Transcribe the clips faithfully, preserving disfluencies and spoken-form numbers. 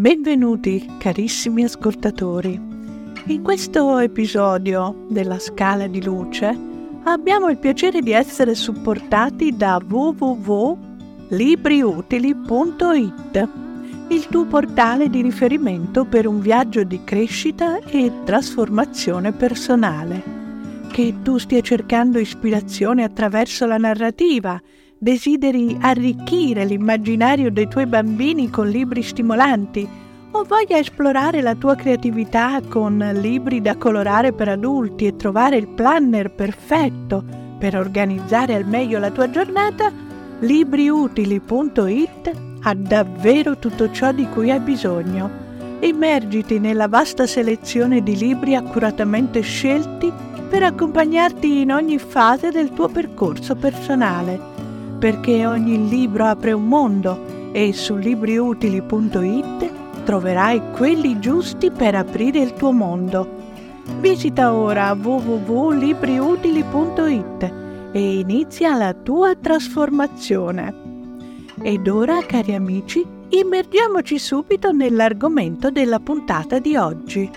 Benvenuti carissimi ascoltatori. In questo episodio della Scala di Luce abbiamo il piacere di essere supportati da w w w punto libri utili punto i t, il tuo portale di riferimento per un viaggio di crescita e trasformazione personale. Che tu stia cercando ispirazione attraverso la narrativa, desideri arricchire l'immaginario dei tuoi bambini con libri stimolanti o voglia esplorare la tua creatività con libri da colorare per adulti e trovare il planner perfetto per organizzare al meglio la tua giornata, libri utili punto i t ha davvero tutto ciò di cui hai bisogno. Immergiti nella vasta selezione di libri accuratamente scelti per accompagnarti in ogni fase del tuo percorso personale, perché ogni libro apre un mondo e su libri utili punto i t troverai quelli giusti per aprire il tuo mondo. Visita ora w w w punto libri utili punto i t e inizia la tua trasformazione. Ed ora, cari amici, immergiamoci subito nell'argomento della puntata di oggi.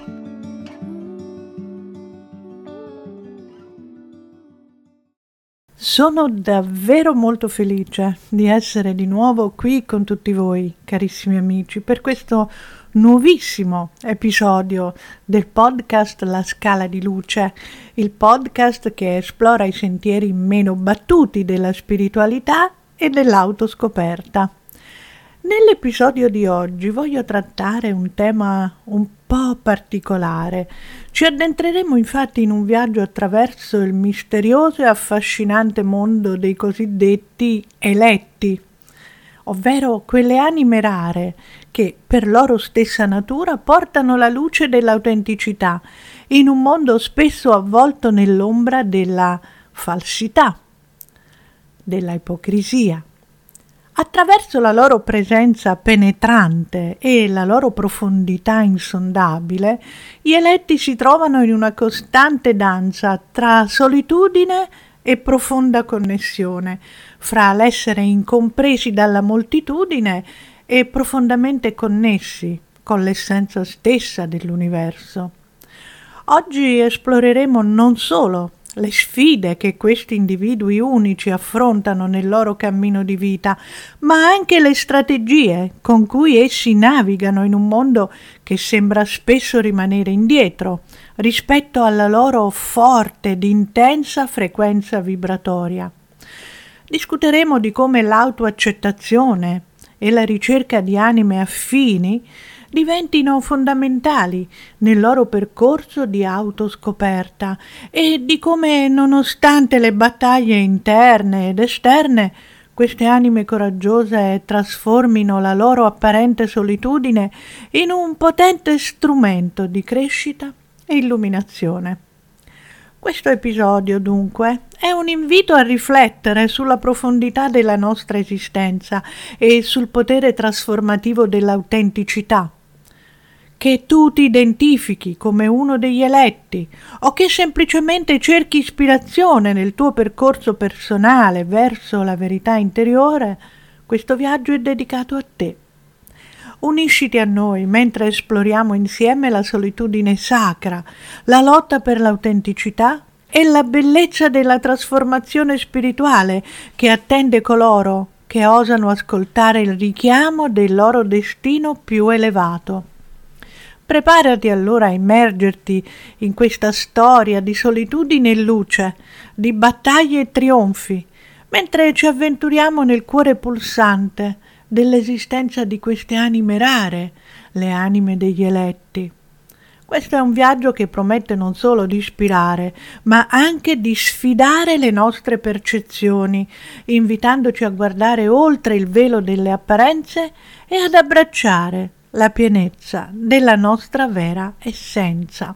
Sono davvero molto felice di essere di nuovo qui con tutti voi, carissimi amici, per questo nuovissimo episodio del podcast La Scala di Luce, il podcast che esplora i sentieri meno battuti della spiritualità e dell'autoscoperta. Nell'episodio di oggi voglio trattare un tema un po' particolare. Ci addentreremo infatti in un viaggio attraverso il misterioso e affascinante mondo dei cosiddetti eletti, ovvero quelle anime rare che per loro stessa natura portano la luce dell'autenticità in un mondo spesso avvolto nell'ombra della falsità, della ipocrisia. Attraverso la loro presenza penetrante e la loro profondità insondabile, gli eletti si trovano in una costante danza tra solitudine e profonda connessione, fra l'essere incompresi dalla moltitudine e profondamente connessi con l'essenza stessa dell'universo. Oggi esploreremo non solo le sfide che questi individui unici affrontano nel loro cammino di vita, ma anche le strategie con cui essi navigano in un mondo che sembra spesso rimanere indietro rispetto alla loro forte ed intensa frequenza vibratoria. Discuteremo di come l'autoaccettazione e la ricerca di anime affini diventino fondamentali nel loro percorso di autoscoperta e di come, nonostante le battaglie interne ed esterne, queste anime coraggiose trasformino la loro apparente solitudine in un potente strumento di crescita e illuminazione. Questo episodio, dunque, è un invito a riflettere sulla profondità della nostra esistenza e sul potere trasformativo dell'autenticità. Che tu ti identifichi come uno degli eletti o che semplicemente cerchi ispirazione nel tuo percorso personale verso la verità interiore, questo viaggio è dedicato a te. Unisciti a noi mentre esploriamo insieme la solitudine sacra, la lotta per l'autenticità e la bellezza della trasformazione spirituale che attende coloro che osano ascoltare il richiamo del loro destino più elevato. Preparati allora a immergerti in questa storia di solitudine e luce, di battaglie e trionfi, mentre ci avventuriamo nel cuore pulsante dell'esistenza di queste anime rare, le anime degli eletti. Questo è un viaggio che promette non solo di ispirare, ma anche di sfidare le nostre percezioni, invitandoci a guardare oltre il velo delle apparenze e ad abbracciare la pienezza della nostra vera essenza.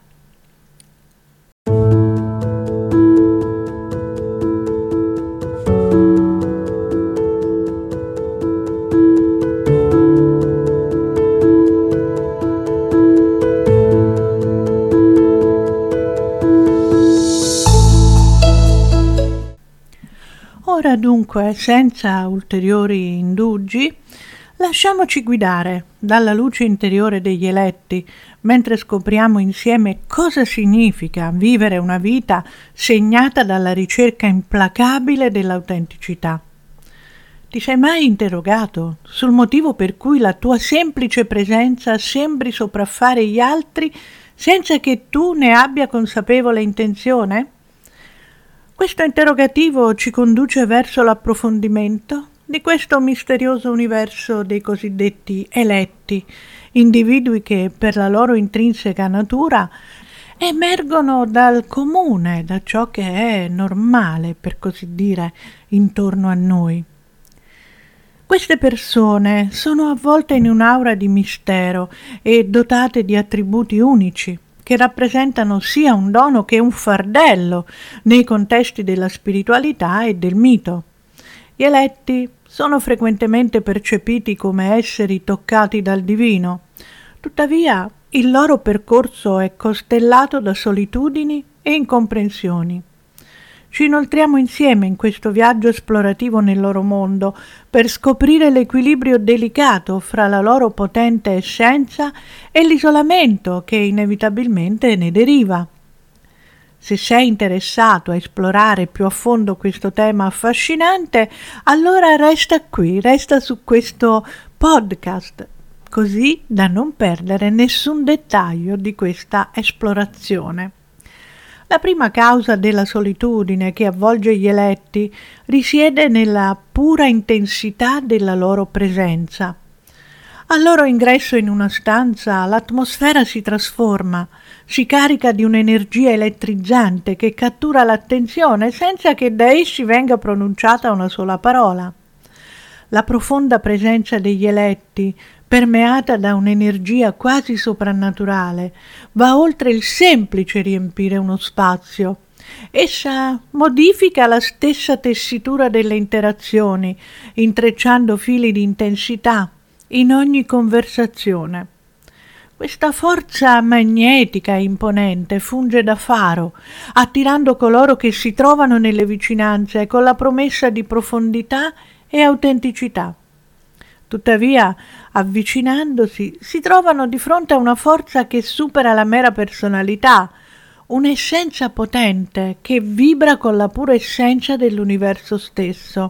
Ora dunque, senza ulteriori indugi, lasciamoci guidare dalla luce interiore degli eletti, mentre scopriamo insieme cosa significa vivere una vita segnata dalla ricerca implacabile dell'autenticità. Ti sei mai interrogato sul motivo per cui la tua semplice presenza sembri sopraffare gli altri senza che tu ne abbia consapevole intenzione? Questo interrogativo ci conduce verso l'approfondimento di questo misterioso universo dei cosiddetti eletti, individui che per la loro intrinseca natura emergono dal comune, da ciò che è normale, per così dire, intorno a noi. Queste persone sono avvolte in un'aura di mistero e dotate di attributi unici, che rappresentano sia un dono che un fardello nei contesti della spiritualità e del mito. Gli eletti sono frequentemente percepiti come esseri toccati dal divino, tuttavia il loro percorso è costellato da solitudini e incomprensioni. Ci inoltriamo insieme in questo viaggio esplorativo nel loro mondo per scoprire l'equilibrio delicato fra la loro potente essenza e l'isolamento che inevitabilmente ne deriva. Se sei interessato a esplorare più a fondo questo tema affascinante, allora resta qui, resta su questo podcast, così da non perdere nessun dettaglio di questa esplorazione. La prima causa della solitudine che avvolge gli eletti risiede nella pura intensità della loro presenza. Al loro ingresso in una stanza l'atmosfera si trasforma, si carica di un'energia elettrizzante che cattura l'attenzione senza che da essi venga pronunciata una sola parola. La profonda presenza degli eletti, permeata da un'energia quasi soprannaturale, va oltre il semplice riempire uno spazio. Essa modifica la stessa tessitura delle interazioni, intrecciando fili di intensità in ogni conversazione. Questa forza magnetica imponente funge da faro, attirando coloro che si trovano nelle vicinanze con la promessa di profondità e autenticità. Tuttavia, avvicinandosi, si trovano di fronte a una forza che supera la mera personalità, un'essenza potente che vibra con la pura essenza dell'universo stesso.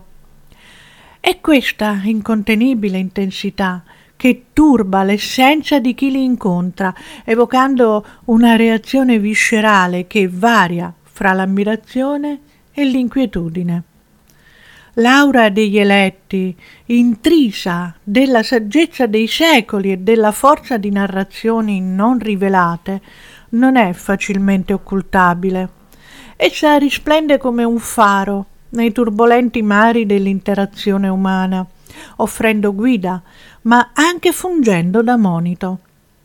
È questa incontenibile intensità che turba l'essenza di chi li incontra, evocando una reazione viscerale che varia fra l'ammirazione e l'inquietudine. L'aura degli eletti, intrisa della saggezza dei secoli e della forza di narrazioni non rivelate, non è facilmente occultabile. Essa risplende come un faro nei turbolenti mari dell'interazione umana, offrendo guida, ma anche fungendo da monito.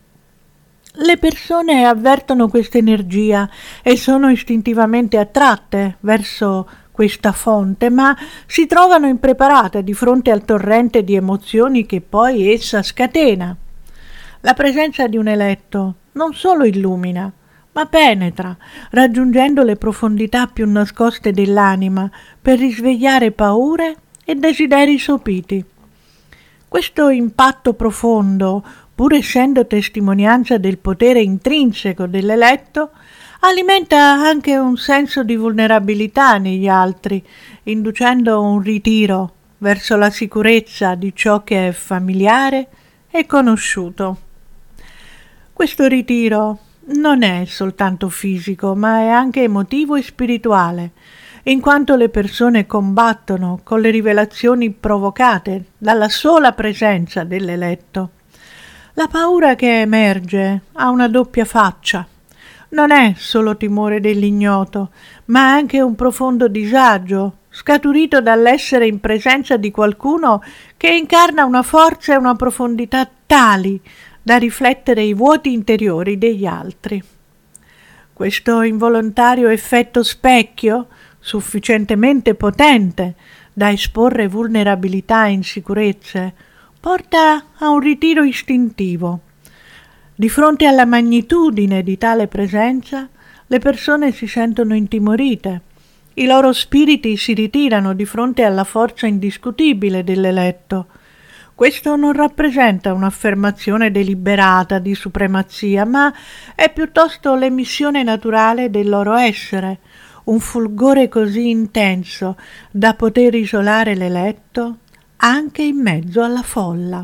Le persone avvertono questa energia e sono istintivamente attratte verso questa fonte, ma si trovano impreparate di fronte al torrente di emozioni che poi essa scatena. La presenza di un eletto non solo illumina, ma penetra, raggiungendo le profondità più nascoste dell'anima per risvegliare paure e desideri sopiti. Questo impatto profondo, pur essendo testimonianza del potere intrinseco dell'eletto, alimenta anche un senso di vulnerabilità negli altri, inducendo un ritiro verso la sicurezza di ciò che è familiare e conosciuto. Questo ritiro non è soltanto fisico, ma è anche emotivo e spirituale, in quanto le persone combattono con le rivelazioni provocate dalla sola presenza dell'eletto. La paura che emerge ha una doppia faccia. Non è solo timore dell'ignoto, ma anche un profondo disagio, scaturito dall'essere in presenza di qualcuno che incarna una forza e una profondità tali da riflettere i vuoti interiori degli altri. Questo involontario effetto specchio, sufficientemente potente da esporre vulnerabilità e insicurezze, porta a un ritiro istintivo. Di fronte alla magnitudine di tale presenza, le persone si sentono intimorite. I loro spiriti si ritirano di fronte alla forza indiscutibile dell'eletto. Questo non rappresenta un'affermazione deliberata di supremazia, ma è piuttosto l'emissione naturale del loro essere, un fulgore così intenso da poter isolare l'eletto anche in mezzo alla folla.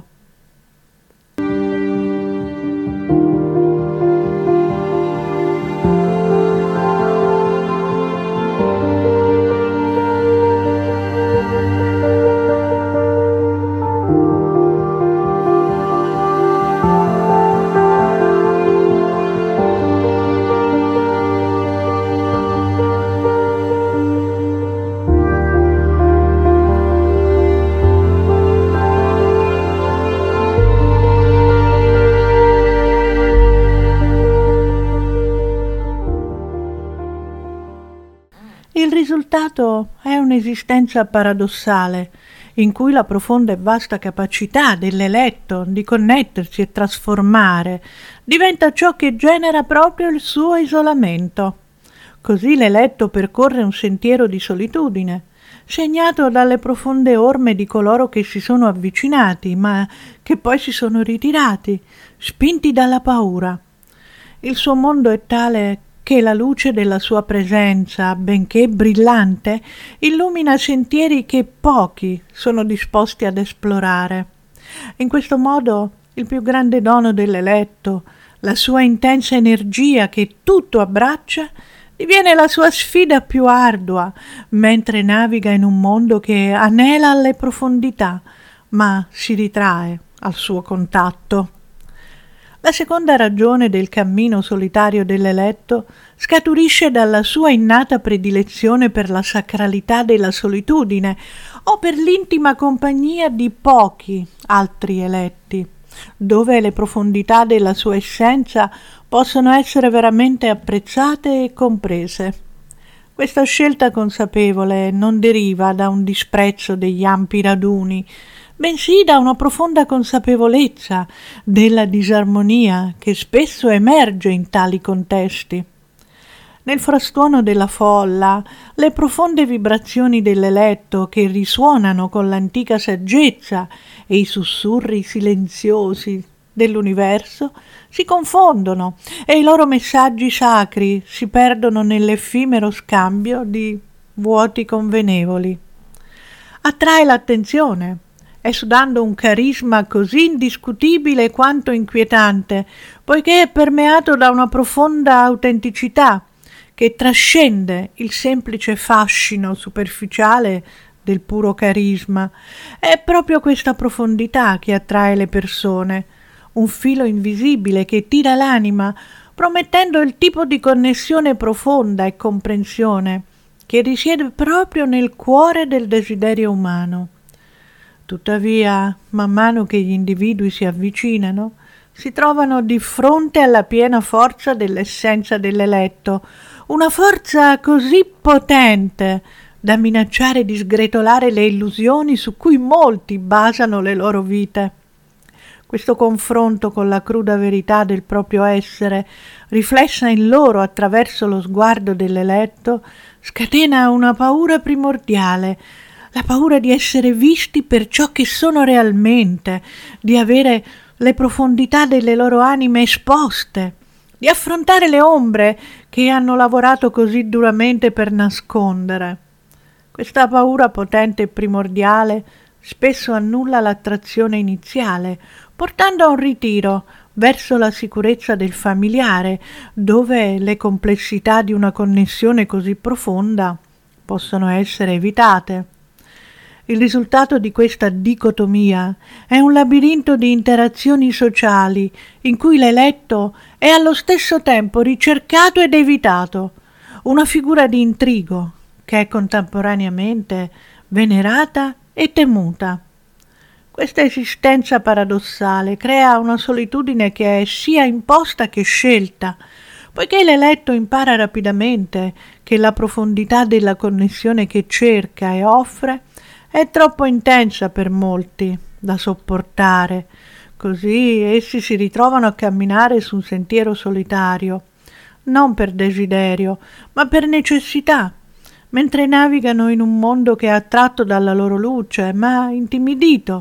Il risultato è un'esistenza paradossale, in cui la profonda e vasta capacità dell'eletto di connettersi e trasformare diventa ciò che genera proprio il suo isolamento. Così l'eletto percorre un sentiero di solitudine, segnato dalle profonde orme di coloro che si sono avvicinati, ma che poi si sono ritirati, spinti dalla paura. Il suo mondo è tale che la luce della sua presenza, benché brillante, illumina sentieri che pochi sono disposti ad esplorare. In questo modo il più grande dono dell'eletto, la sua intensa energia che tutto abbraccia, diviene la sua sfida più ardua, mentre naviga in un mondo che anela alle profondità, ma si ritrae al suo contatto. La seconda ragione del cammino solitario dell'eletto scaturisce dalla sua innata predilezione per la sacralità della solitudine o per l'intima compagnia di pochi altri eletti, dove le profondità della sua essenza possono essere veramente apprezzate e comprese. Questa scelta consapevole non deriva da un disprezzo degli ampi raduni, bensì da una profonda consapevolezza della disarmonia che spesso emerge in tali contesti. Nel frastuono della folla, le profonde vibrazioni dell'eletto che risuonano con l'antica saggezza e i sussurri silenziosi dell'universo si confondono e i loro messaggi sacri si perdono nell'effimero scambio di vuoti convenevoli. Attrae l'attenzione, esudando un carisma così indiscutibile quanto inquietante, poiché è permeato da una profonda autenticità che trascende il semplice fascino superficiale del puro carisma. È proprio questa profondità che attrae le persone, un filo invisibile che tira l'anima, promettendo il tipo di connessione profonda e comprensione che risiede proprio nel cuore del desiderio umano. Tuttavia, man mano che gli individui si avvicinano, si trovano di fronte alla piena forza dell'essenza dell'eletto, una forza così potente da minacciare di sgretolare le illusioni su cui molti basano le loro vite. Questo confronto con la cruda verità del proprio essere, riflessa in loro attraverso lo sguardo dell'eletto, scatena una paura primordiale, la paura di essere visti per ciò che sono realmente, di avere le profondità delle loro anime esposte, di affrontare le ombre che hanno lavorato così duramente per nascondere. Questa paura potente e primordiale spesso annulla l'attrazione iniziale, portando a un ritiro verso la sicurezza del familiare, dove le complessità di una connessione così profonda possono essere evitate. Il risultato di questa dicotomia è un labirinto di interazioni sociali in cui l'eletto è allo stesso tempo ricercato ed evitato, una figura di intrigo che è contemporaneamente venerata e temuta. Questa esistenza paradossale crea una solitudine che è sia imposta che scelta, poiché l'eletto impara rapidamente che la profondità della connessione che cerca e offre è troppo intensa per molti da sopportare, così essi si ritrovano a camminare su un sentiero solitario, non per desiderio, ma per necessità, mentre navigano in un mondo che è attratto dalla loro luce, ma intimidito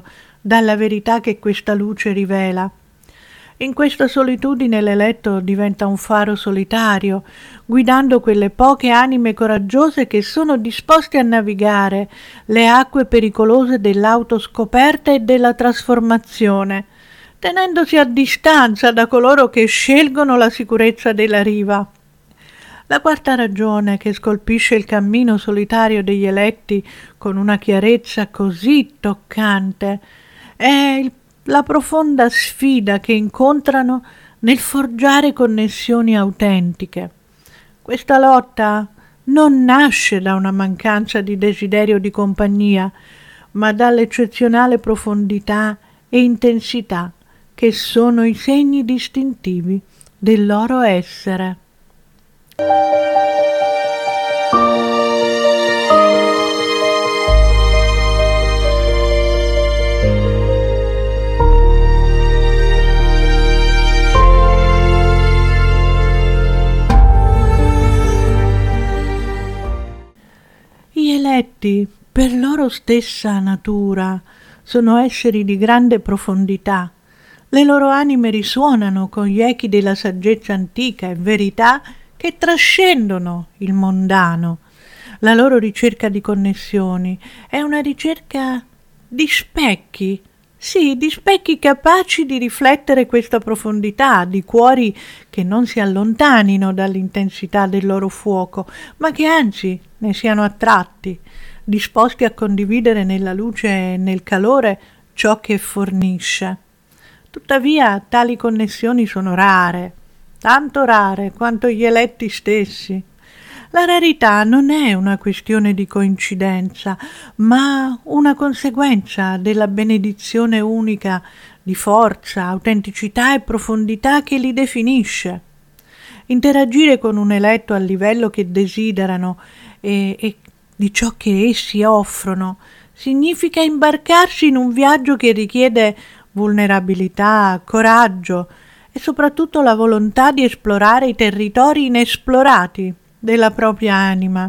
dalla verità che questa luce rivela. In questa solitudine l'eletto diventa un faro solitario, guidando quelle poche anime coraggiose che sono disposte a navigare le acque pericolose dell'autoscoperta e della trasformazione, tenendosi a distanza da coloro che scelgono la sicurezza della riva. La quarta ragione che scolpisce il cammino solitario degli eletti con una chiarezza così toccante è il la profonda sfida che incontrano nel forgiare connessioni autentiche. Questa lotta non nasce da una mancanza di desiderio di compagnia, ma dall'eccezionale profondità e intensità che sono i segni distintivi del loro essere. Gli eletti, per loro stessa natura, sono esseri di grande profondità. Le loro anime risuonano con gli echi della saggezza antica e verità che trascendono il mondano. La loro ricerca di connessioni è una ricerca di specchi, sì, di specchi capaci di riflettere questa profondità, di cuori che non si allontanino dall'intensità del loro fuoco, ma che anzi ne siano attratti, disposti a condividere nella luce e nel calore ciò che fornisce. Tuttavia tali connessioni sono rare, tanto rare quanto gli eletti stessi. La rarità non è una questione di coincidenza, ma una conseguenza della benedizione unica di forza, autenticità e profondità che li definisce. Interagire con un eletto al livello che desiderano e, e di ciò che essi offrono significa imbarcarsi in un viaggio che richiede vulnerabilità, coraggio e soprattutto la volontà di esplorare i territori inesplorati della propria anima.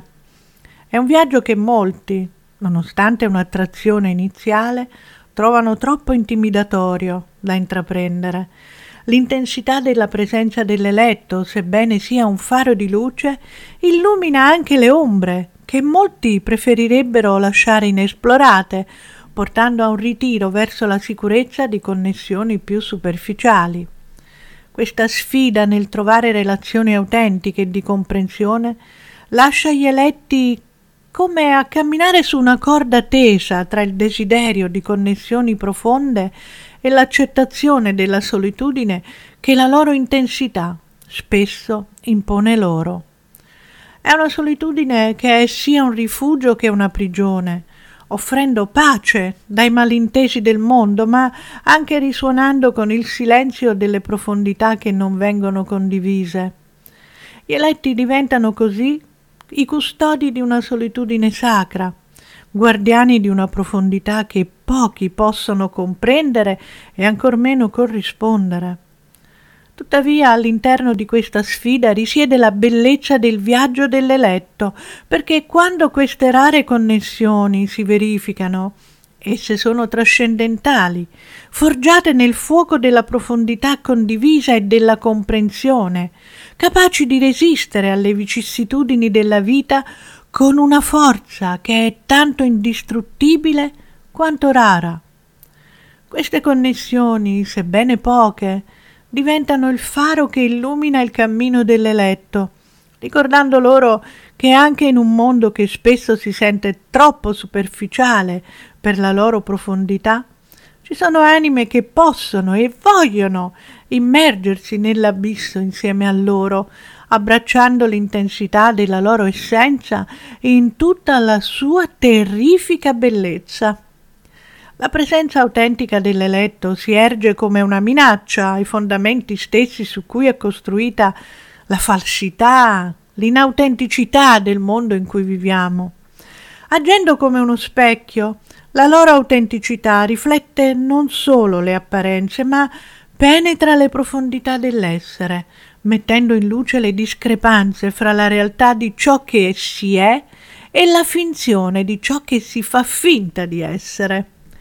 È un viaggio che molti, nonostante un'attrazione iniziale, trovano troppo intimidatorio da intraprendere. L'intensità della presenza dell'eletto, sebbene sia un faro di luce, illumina anche le ombre che molti preferirebbero lasciare inesplorate, portando a un ritiro verso la sicurezza di connessioni più superficiali. Questa sfida nel trovare relazioni autentiche e di comprensione lascia gli eletti come a camminare su una corda tesa tra il desiderio di connessioni profonde e l'accettazione della solitudine che la loro intensità spesso impone loro. È una solitudine che è sia un rifugio che una prigione, offrendo pace dai malintesi del mondo, ma anche risuonando con il silenzio delle profondità che non vengono condivise. Gli eletti diventano così i custodi di una solitudine sacra, guardiani di una profondità che pochi possono comprendere e ancor meno corrispondere. Tuttavia, all'interno di questa sfida risiede la bellezza del viaggio dell'eletto, perché quando queste rare connessioni si verificano, esse sono trascendentali, forgiate nel fuoco della profondità condivisa e della comprensione, capaci di resistere alle vicissitudini della vita con una forza che è tanto indistruttibile quanto rara. Queste connessioni, sebbene poche, diventano il faro che illumina il cammino dell'eletto, ricordando loro che anche in un mondo che spesso si sente troppo superficiale per la loro profondità, ci sono anime che possono e vogliono immergersi nell'abisso insieme a loro, abbracciando l'intensità della loro essenza in tutta la sua terrifica bellezza. La presenza autentica dell'eletto si erge come una minaccia ai fondamenti stessi su cui è costruita la falsità, l'inautenticità del mondo in cui viviamo. Agendo come uno specchio, la loro autenticità riflette non solo le apparenze, ma penetra le profondità dell'essere, mettendo in luce le discrepanze fra la realtà di ciò che si è e la finzione di ciò che si fa finta di essere.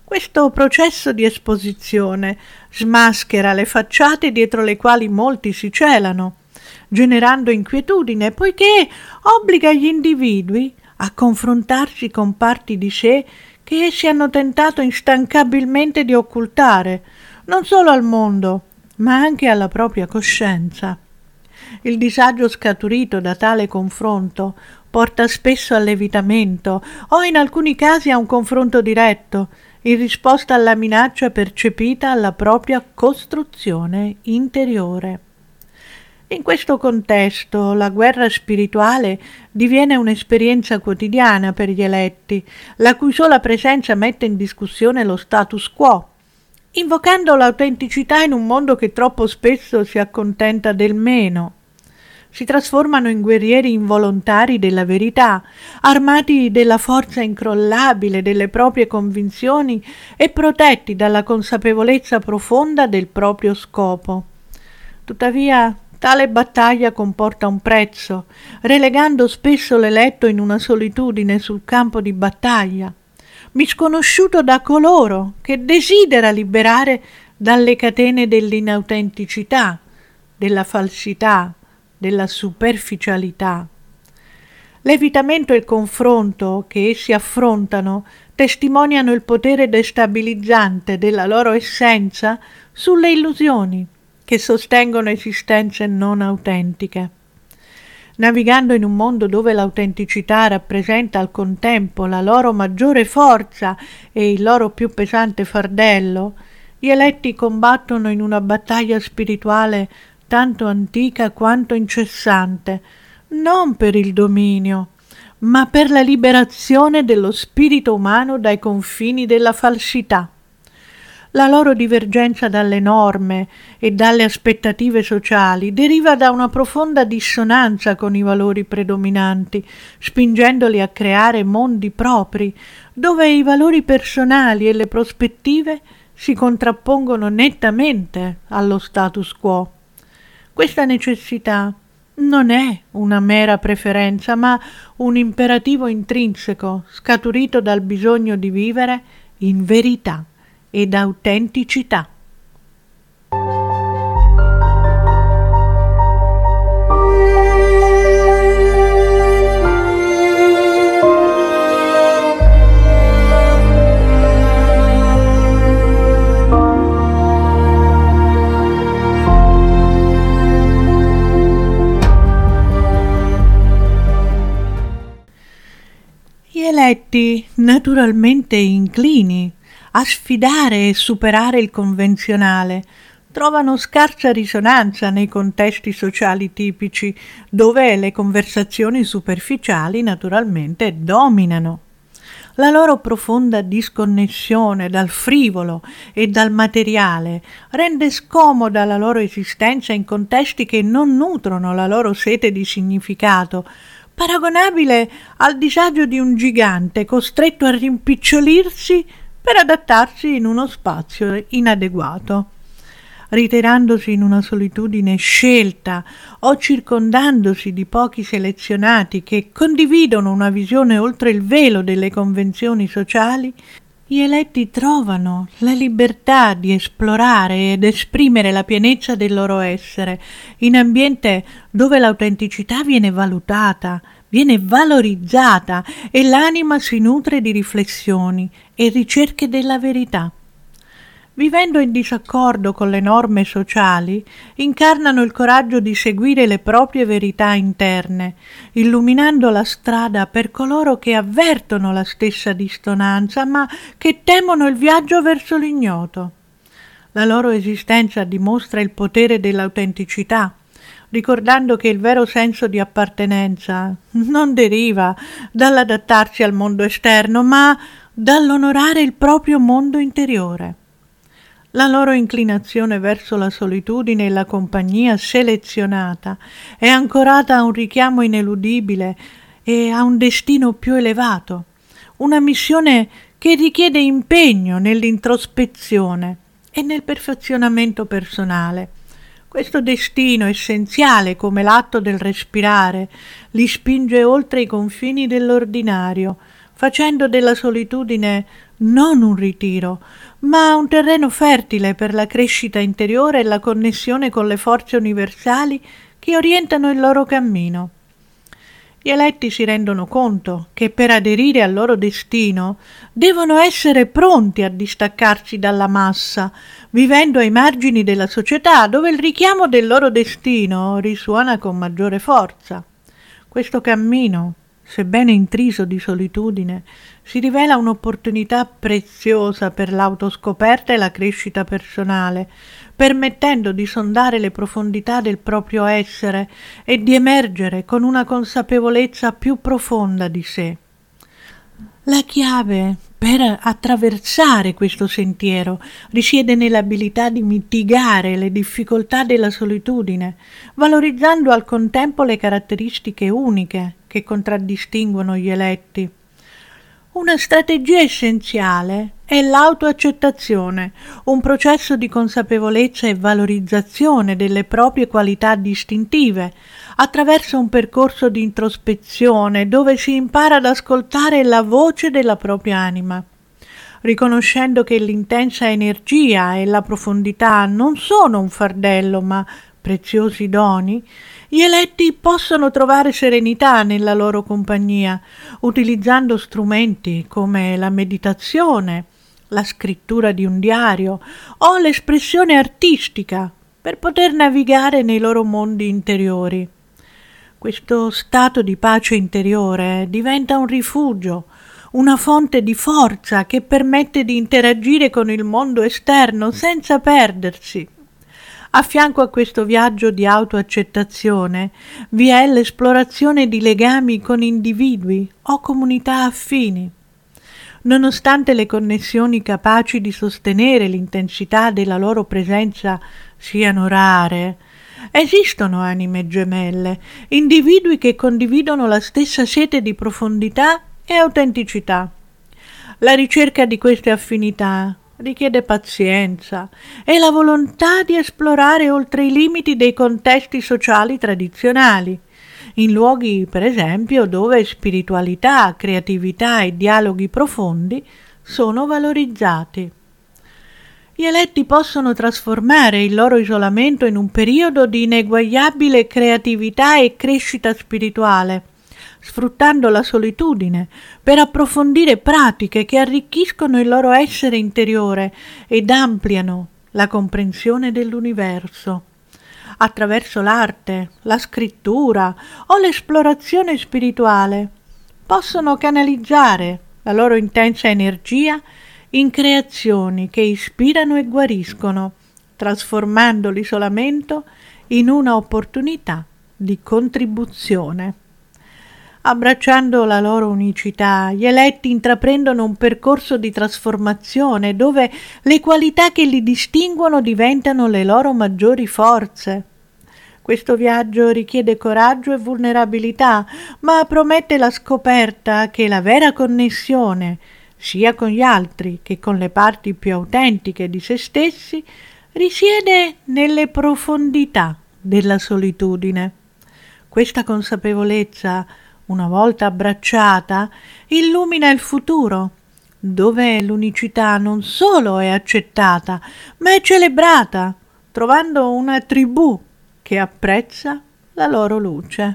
Questo processo di esposizione smaschera le facciate dietro le quali molti si celano, generando inquietudine, poiché obbliga gli individui a confrontarsi con parti di sé che essi hanno tentato instancabilmente di occultare, non solo al mondo, ma anche alla propria coscienza. Il disagio scaturito da tale confronto porta spesso all'evitamento o in alcuni casi a un confronto diretto, in risposta alla minaccia percepita alla propria costruzione interiore. In questo contesto la guerra spirituale diviene un'esperienza quotidiana per gli eletti, la cui sola presenza mette in discussione lo status quo, invocando l'autenticità in un mondo che troppo spesso si accontenta del meno. Si trasformano in guerrieri involontari della verità, armati della forza incrollabile delle proprie convinzioni e protetti dalla consapevolezza profonda del proprio scopo. Tuttavia, tale battaglia comporta un prezzo, relegando spesso l'eletto in una solitudine sul campo di battaglia, misconosciuto da coloro che desidera liberare dalle catene dell'inautenticità, della falsità, della superficialità. L'evitamento e il confronto che essi affrontano testimoniano il potere destabilizzante della loro essenza sulle illusioni che sostengono esistenze non autentiche. Navigando in un mondo dove l'autenticità rappresenta al contempo la loro maggiore forza e il loro più pesante fardello, gli eletti combattono in una battaglia spirituale tanto antica quanto incessante, non per il dominio, ma per la liberazione dello spirito umano dai confini della falsità. La loro divergenza dalle norme e dalle aspettative sociali deriva da una profonda dissonanza con i valori predominanti, spingendoli a creare mondi propri, dove i valori personali e le prospettive si contrappongono nettamente allo status quo. Questa necessità non è una mera preferenza, ma un imperativo intrinseco scaturito dal bisogno di vivere in verità ed autenticità. Gli eletti, naturalmente inclini a sfidare e superare il convenzionale, trovano scarsa risonanza nei contesti sociali tipici, dove le conversazioni superficiali naturalmente dominano. La loro profonda disconnessione dal frivolo e dal materiale rende scomoda la loro esistenza in contesti che non nutrono la loro sete di significato, paragonabile al disagio di un gigante costretto a rimpicciolirsi per adattarsi in uno spazio inadeguato. Ritirandosi in una solitudine scelta o circondandosi di pochi selezionati che condividono una visione oltre il velo delle convenzioni sociali, gli eletti trovano la libertà di esplorare ed esprimere la pienezza del loro essere in ambiente dove l'autenticità viene valutata, viene valorizzata e l'anima si nutre di riflessioni e ricerche della verità. Vivendo in disaccordo con le norme sociali, incarnano il coraggio di seguire le proprie verità interne, illuminando la strada per coloro che avvertono la stessa dissonanza, ma che temono il viaggio verso l'ignoto. La loro esistenza dimostra il potere dell'autenticità, ricordando che il vero senso di appartenenza non deriva dall'adattarsi al mondo esterno, ma dall'onorare il proprio mondo interiore. La loro inclinazione verso la solitudine e la compagnia selezionata è ancorata a un richiamo ineludibile e a un destino più elevato, una missione che richiede impegno nell'introspezione e nel perfezionamento personale. Questo destino essenziale come l'atto del respirare li spinge oltre i confini dell'ordinario, facendo della solitudine non un ritiro, ma un terreno fertile per la crescita interiore e la connessione con le forze universali che orientano il loro cammino. Gli eletti si rendono conto che per aderire al loro destino devono essere pronti a distaccarsi dalla massa, vivendo ai margini della società dove il richiamo del loro destino risuona con maggiore forza. Questo cammino, sebbene intriso di solitudine, si rivela un'opportunità preziosa per l'autoscoperta e la crescita personale, permettendo di sondare le profondità del proprio essere e di emergere con una consapevolezza più profonda di sé. La chiave per attraversare questo sentiero risiede nell'abilità di mitigare le difficoltà della solitudine, valorizzando al contempo le caratteristiche uniche che contraddistinguono gli eletti. Una strategia essenziale è l'autoaccettazione, un processo di consapevolezza e valorizzazione delle proprie qualità distintive, attraverso un percorso di introspezione dove si impara ad ascoltare la voce della propria anima. Riconoscendo che l'intensa energia e la profondità non sono un fardello ma preziosi doni, gli eletti possono trovare serenità nella loro compagnia, utilizzando strumenti come la meditazione, la scrittura di un diario o l'espressione artistica per poter navigare nei loro mondi interiori. Questo stato di pace interiore diventa un rifugio, una fonte di forza che permette di interagire con il mondo esterno senza perdersi. A fianco a questo viaggio di autoaccettazione vi è l'esplorazione di legami con individui o comunità affini. Nonostante le connessioni capaci di sostenere l'intensità della loro presenza siano rare, esistono anime gemelle, individui che condividono la stessa sete di profondità e autenticità. La ricerca di queste affinità richiede pazienza e la volontà di esplorare oltre i limiti dei contesti sociali tradizionali, in luoghi, per esempio, dove spiritualità, creatività e dialoghi profondi sono valorizzati. Gli eletti possono trasformare il loro isolamento in un periodo di ineguagliabile creatività e crescita spirituale, sfruttando la solitudine per approfondire pratiche che arricchiscono il loro essere interiore ed ampliano la comprensione dell'universo. Attraverso l'arte, la scrittura o l'esplorazione spirituale possono canalizzare la loro intensa energia in creazioni che ispirano e guariscono, trasformando l'isolamento in una opportunità di contribuzione. Abbracciando la loro unicità, gli eletti intraprendono un percorso di trasformazione dove le qualità che li distinguono diventano le loro maggiori forze. Questo viaggio richiede coraggio e vulnerabilità, ma promette la scoperta che la vera connessione, sia con gli altri che con le parti più autentiche di se stessi, risiede nelle profondità della solitudine. Questa consapevolezza, una volta abbracciata, illumina il futuro, dove l'unicità non solo è accettata, ma è celebrata, trovando una tribù che apprezza la loro luce.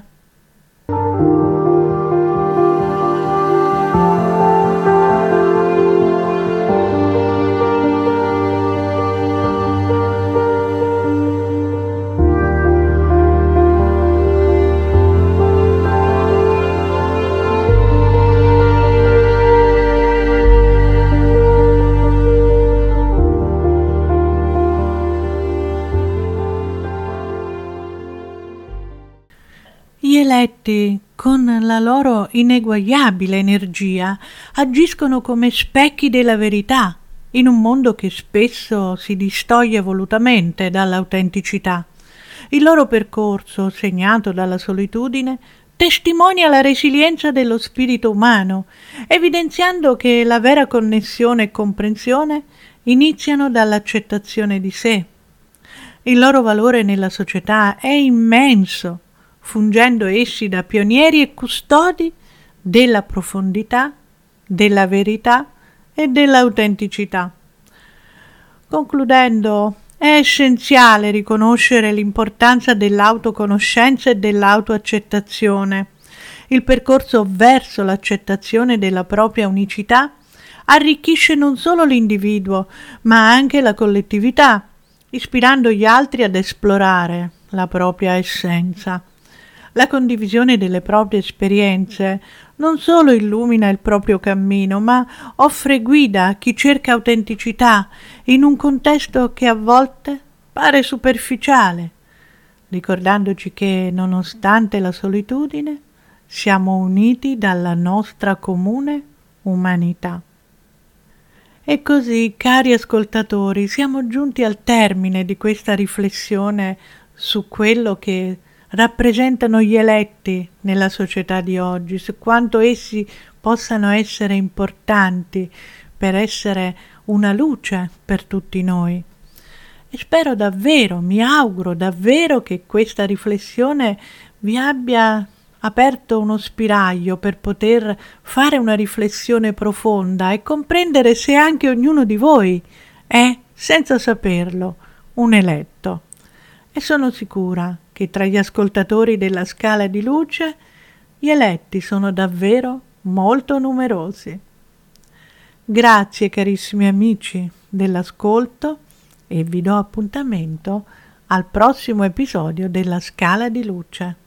Gli eletti, con la loro ineguagliabile energia, agiscono come specchi della verità, in un mondo che spesso si distoglie volutamente dall'autenticità. Il loro percorso, segnato dalla solitudine, testimonia la resilienza dello spirito umano, evidenziando che la vera connessione e comprensione iniziano dall'accettazione di sé. Il loro valore nella società è immenso, fungendo essi da pionieri e custodi della profondità, della verità e dell'autenticità. Concludendo, è essenziale riconoscere l'importanza dell'autoconoscenza e dell'autoaccettazione. Il percorso verso l'accettazione della propria unicità arricchisce non solo l'individuo, ma anche la collettività, ispirando gli altri ad esplorare la propria essenza. La condivisione delle proprie esperienze non solo illumina il proprio cammino, ma offre guida a chi cerca autenticità in un contesto che a volte pare superficiale, ricordandoci che, nonostante la solitudine, siamo uniti dalla nostra comune umanità. E così, cari ascoltatori, siamo giunti al termine di questa riflessione su quello che rappresentano gli eletti nella società di oggi, su quanto essi possano essere importanti per essere una luce per tutti noi. E spero davvero, mi auguro davvero che questa riflessione vi abbia aperto uno spiraglio per poter fare una riflessione profonda e comprendere se anche ognuno di voi è, senza saperlo, un eletto. E sono sicura che tra gli ascoltatori della Scala di Luce gli eletti sono davvero molto numerosi. Grazie carissimi amici dell'ascolto e vi do appuntamento al prossimo episodio della Scala di Luce.